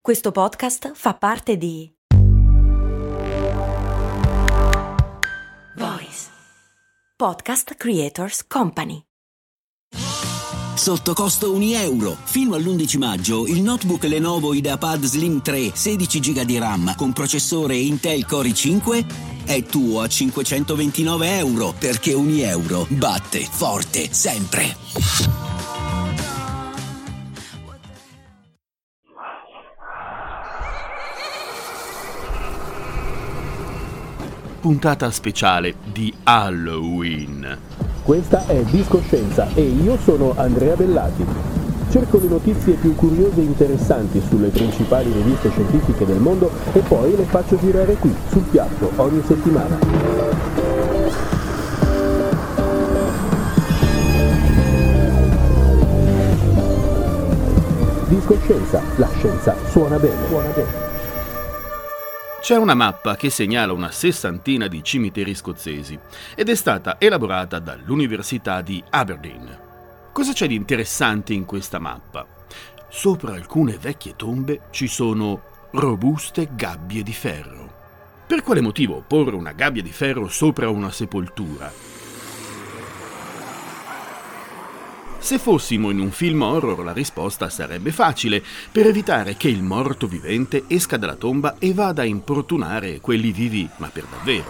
Questo podcast fa parte di Voice Podcast Creators Company. Sotto costo €1. Fino all'11 maggio il notebook Lenovo IdeaPad Slim 3 16 GB di RAM con processore Intel Core i5 è tuo a €529, perché €1 batte forte sempre. Puntata speciale di Halloween. Questa è Discoscienza e io sono Andrea Bellati. Cerco le notizie più curiose e interessanti sulle principali riviste scientifiche del mondo e poi le faccio girare qui, sul piatto, ogni settimana. Discoscienza, la scienza suona bene. C'è una mappa che segnala una sessantina di cimiteri scozzesi ed è stata elaborata dall'Università di Aberdeen. Cosa c'è di interessante in questa mappa? Sopra alcune vecchie tombe ci sono robuste gabbie di ferro. Per quale motivo porre una gabbia di ferro sopra una sepoltura? Se fossimo in un film horror la risposta sarebbe facile, per evitare che il morto vivente esca dalla tomba e vada a importunare quelli vivi, ma per davvero.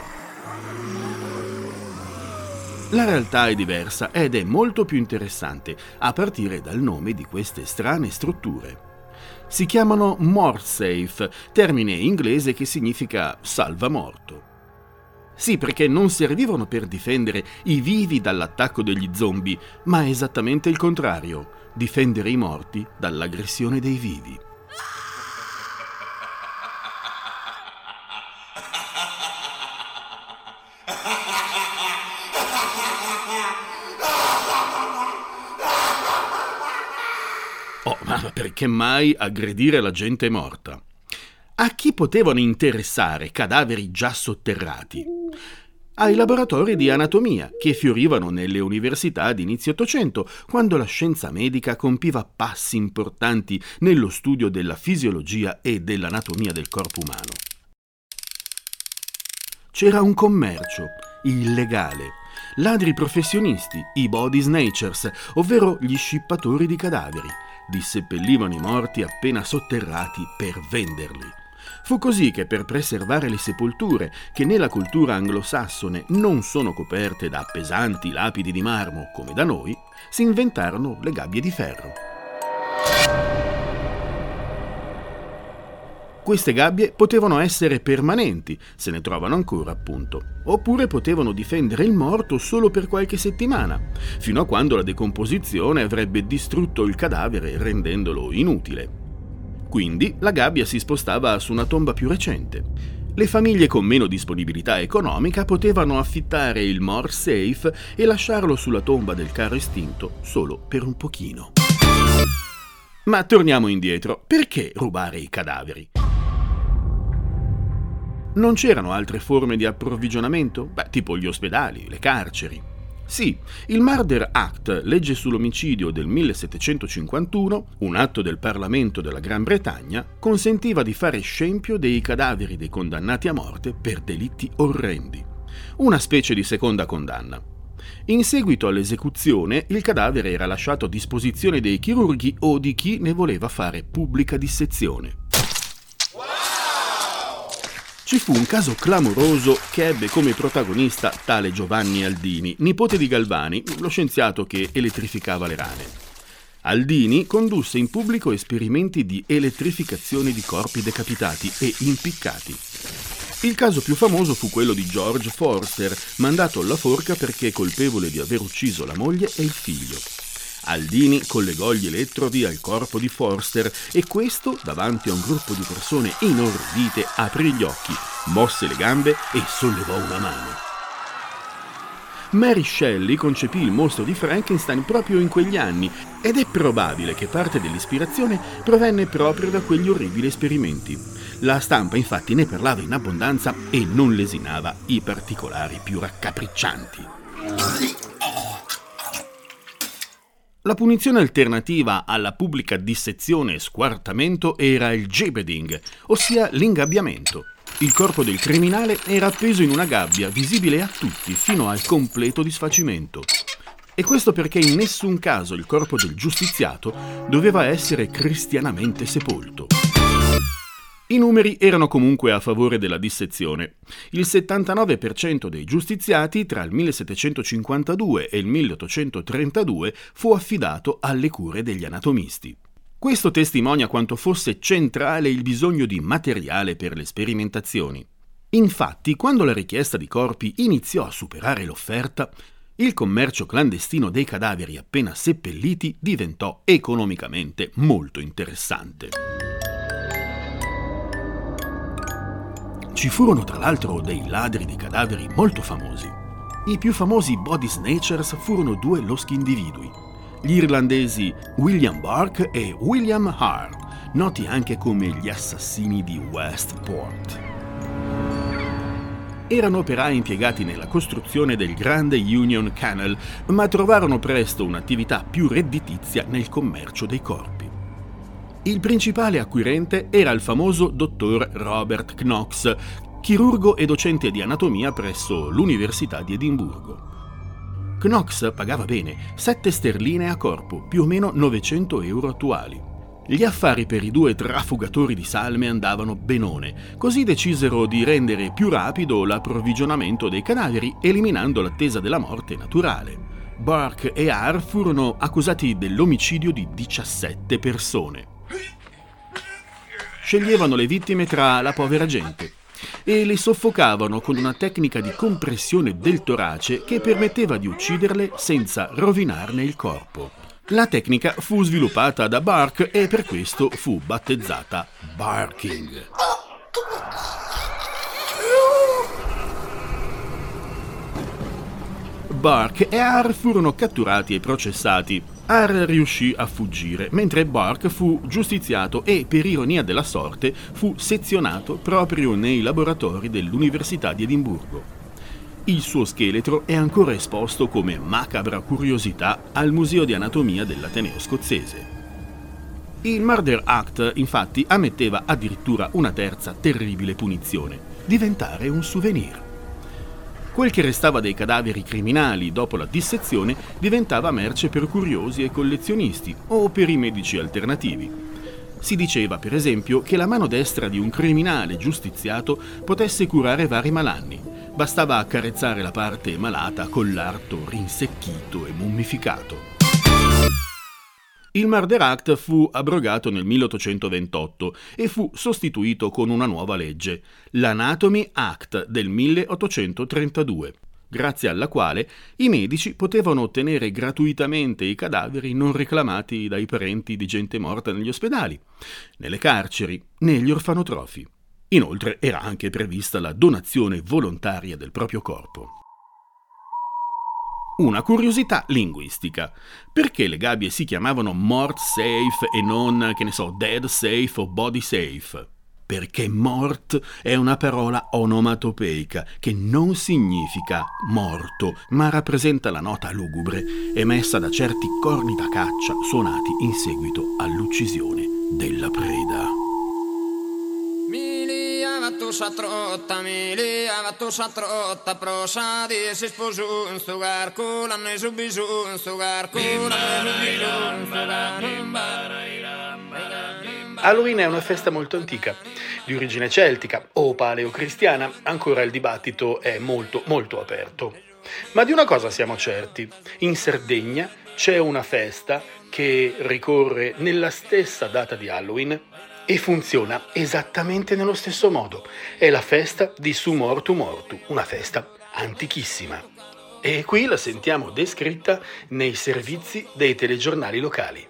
La realtà è diversa ed è molto più interessante, a partire dal nome di queste strane strutture. Si chiamano mortsafe, termine inglese che significa salvamorto. Sì, perché non servivano per difendere i vivi dall'attacco degli zombie, ma esattamente il contrario, difendere i morti dall'aggressione dei vivi. Oh, ma perché mai aggredire la gente morta? A chi potevano interessare cadaveri già sotterrati? Ai laboratori di anatomia che fiorivano nelle università di inizio Ottocento, quando la scienza medica compiva passi importanti nello studio della fisiologia e dell'anatomia del corpo umano. C'era un commercio illegale, ladri professionisti, i body snatchers, ovvero gli scippatori di cadaveri, disseppellivano i morti appena sotterrati per venderli. Fu così che per preservare le sepolture, che nella cultura anglosassone non sono coperte da pesanti lapidi di marmo come da noi, si inventarono le gabbie di ferro. Queste gabbie potevano essere permanenti, se ne trovano ancora appunto, oppure potevano difendere il morto solo per qualche settimana, fino a quando la decomposizione avrebbe distrutto il cadavere rendendolo inutile. Quindi la gabbia si spostava su una tomba più recente. Le famiglie con meno disponibilità economica potevano affittare il mortsafe e lasciarlo sulla tomba del caro estinto solo per un pochino. Ma torniamo indietro. Perché rubare i cadaveri? Non c'erano altre forme di approvvigionamento? Tipo gli ospedali, le carceri. Sì, il Murder Act, legge sull'omicidio del 1751, un atto del Parlamento della Gran Bretagna, consentiva di fare scempio dei cadaveri dei condannati a morte per delitti orrendi. Una specie di seconda condanna. In seguito all'esecuzione, il cadavere era lasciato a disposizione dei chirurghi o di chi ne voleva fare pubblica dissezione. Ci fu un caso clamoroso che ebbe come protagonista tale Giovanni Aldini, nipote di Galvani, lo scienziato che elettrificava le rane. Aldini condusse in pubblico esperimenti di elettrificazione di corpi decapitati e impiccati. Il caso più famoso fu quello di George Forster, mandato alla forca perché colpevole di aver ucciso la moglie e il figlio. Aldini collegò gli elettrodi al corpo di Forster e questo, davanti a un gruppo di persone inorridite, aprì gli occhi, mosse le gambe e sollevò una mano. Mary Shelley concepì il mostro di Frankenstein proprio in quegli anni ed è probabile che parte dell'ispirazione provenne proprio da quegli orribili esperimenti. La stampa infatti ne parlava in abbondanza e non lesinava i particolari più raccapriccianti. La punizione alternativa alla pubblica dissezione e squartamento era il jebedding, ossia l'ingabbiamento. Il corpo del criminale era appeso in una gabbia visibile a tutti fino al completo disfacimento. E questo perché in nessun caso il corpo del giustiziato doveva essere cristianamente sepolto. I numeri erano comunque a favore della dissezione. Il 79% dei giustiziati tra il 1752 e il 1832 fu affidato alle cure degli anatomisti. Questo testimonia quanto fosse centrale il bisogno di materiale per le sperimentazioni. Infatti, quando la richiesta di corpi iniziò a superare l'offerta, il commercio clandestino dei cadaveri appena seppelliti diventò economicamente molto interessante. Ci furono tra l'altro dei ladri di cadaveri molto famosi. I più famosi body snatchers furono due loschi individui, gli irlandesi William Burke e William Hare, noti anche come gli assassini di Westport. Erano operai impiegati nella costruzione del grande Union Canal, ma trovarono presto un'attività più redditizia nel commercio dei corpi. Il principale acquirente era il famoso dottor Robert Knox, chirurgo e docente di anatomia presso l'Università di Edimburgo. Knox pagava bene, 7 sterline a corpo, più o meno 900 euro attuali. Gli affari per i due trafugatori di salme andavano benone, così decisero di rendere più rapido l'approvvigionamento dei cadaveri, eliminando l'attesa della morte naturale. Burke e Hare furono accusati dell'omicidio di 17 persone. Sceglievano le vittime tra la povera gente e le soffocavano con una tecnica di compressione del torace che permetteva di ucciderle senza rovinarne il corpo. La tecnica fu sviluppata da Burke e per questo fu battezzata barking. Burke e Hare furono catturati e processati. Hare riuscì a fuggire, mentre Burke fu giustiziato e, per ironia della sorte, fu sezionato proprio nei laboratori dell'Università di Edimburgo. Il suo scheletro è ancora esposto come macabra curiosità al Museo di Anatomia dell'Ateneo scozzese. Il Murder Act, infatti, ammetteva addirittura una terza terribile punizione: diventare un souvenir. Quel che restava dei cadaveri criminali dopo la dissezione diventava merce per curiosi e collezionisti o per i medici alternativi. Si diceva, per esempio, che la mano destra di un criminale giustiziato potesse curare vari malanni. Bastava accarezzare la parte malata con l'arto rinsecchito e mummificato. Il Murder Act fu abrogato nel 1828 e fu sostituito con una nuova legge, l'Anatomy Act del 1832, grazie alla quale i medici potevano ottenere gratuitamente i cadaveri non reclamati dai parenti di gente morta negli ospedali, nelle carceri, negli orfanotrofi. Inoltre era anche prevista la donazione volontaria del proprio corpo. Una curiosità linguistica. Perché le gabbie si chiamavano mort safe e non, dead safe o body safe? Perché mort è una parola onomatopeica che non significa morto, ma rappresenta la nota lugubre emessa da certi corni da caccia suonati in seguito all'uccisione della preda. Halloween è una festa molto antica, di origine celtica o paleocristiana. Ancora il dibattito è molto aperto. Ma di una cosa siamo certi: in Sardegna c'è una festa che ricorre nella stessa data di Halloween e funziona esattamente nello stesso modo. È la festa di Su Mortu Mortu, una festa antichissima. E qui la sentiamo descritta nei servizi dei telegiornali locali.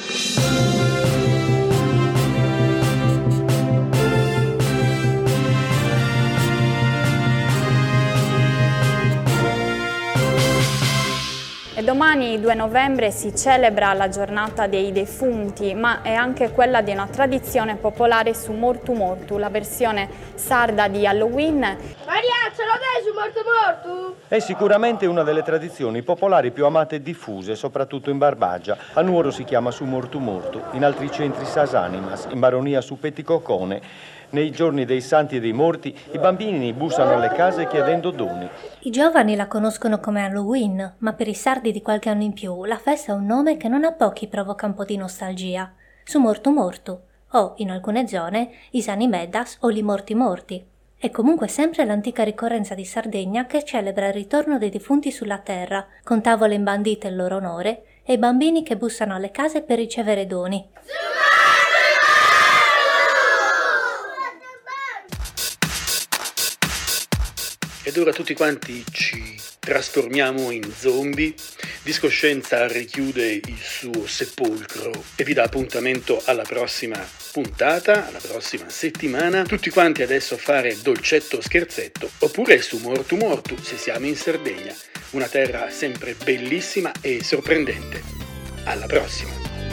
E domani, 2 novembre, si celebra la giornata dei defunti, ma è anche quella di una tradizione popolare su Mortu Mortu, la versione sarda di Halloween. Variazione! Ce l'avete su morto? È sicuramente una delle tradizioni popolari più amate e diffuse, soprattutto in Barbagia. A Nuoro si chiama su mortu, in altri centri Sasanimas, in baronia su Petticocone. Nei giorni dei santi e dei morti i bambini bussano alle case chiedendo doni. I giovani la conoscono come Halloween, ma per i sardi di qualche anno in più la festa ha un nome che non a pochi provoca un po' di nostalgia. Su mortu o, in alcune zone, i Sani Meddas o li morti. È comunque sempre l'antica ricorrenza di Sardegna che celebra il ritorno dei defunti sulla terra, con tavole imbandite in loro onore e i bambini che bussano alle case per ricevere doni. Ed ora tutti quanti ci trasformiamo in zombie, Discoscienza richiude il suo sepolcro e vi dà appuntamento alla prossima puntata, alla prossima settimana. Tutti quanti adesso a fare dolcetto scherzetto, oppure su mortu se siamo in Sardegna, una terra sempre bellissima e sorprendente. Alla prossima!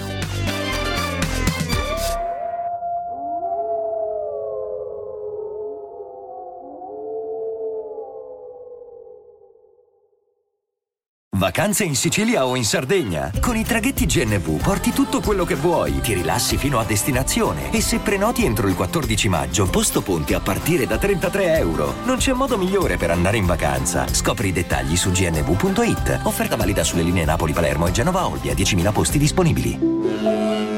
Vacanze in Sicilia o in Sardegna? Con i traghetti GNV porti tutto quello che vuoi, ti rilassi fino a destinazione e se prenoti entro il 14 maggio, posto ponti a partire da €33. Non c'è modo migliore per andare in vacanza. Scopri i dettagli su gnv.it. Offerta valida sulle linee Napoli-Palermo e Genova-Olbia, 10.000 posti disponibili.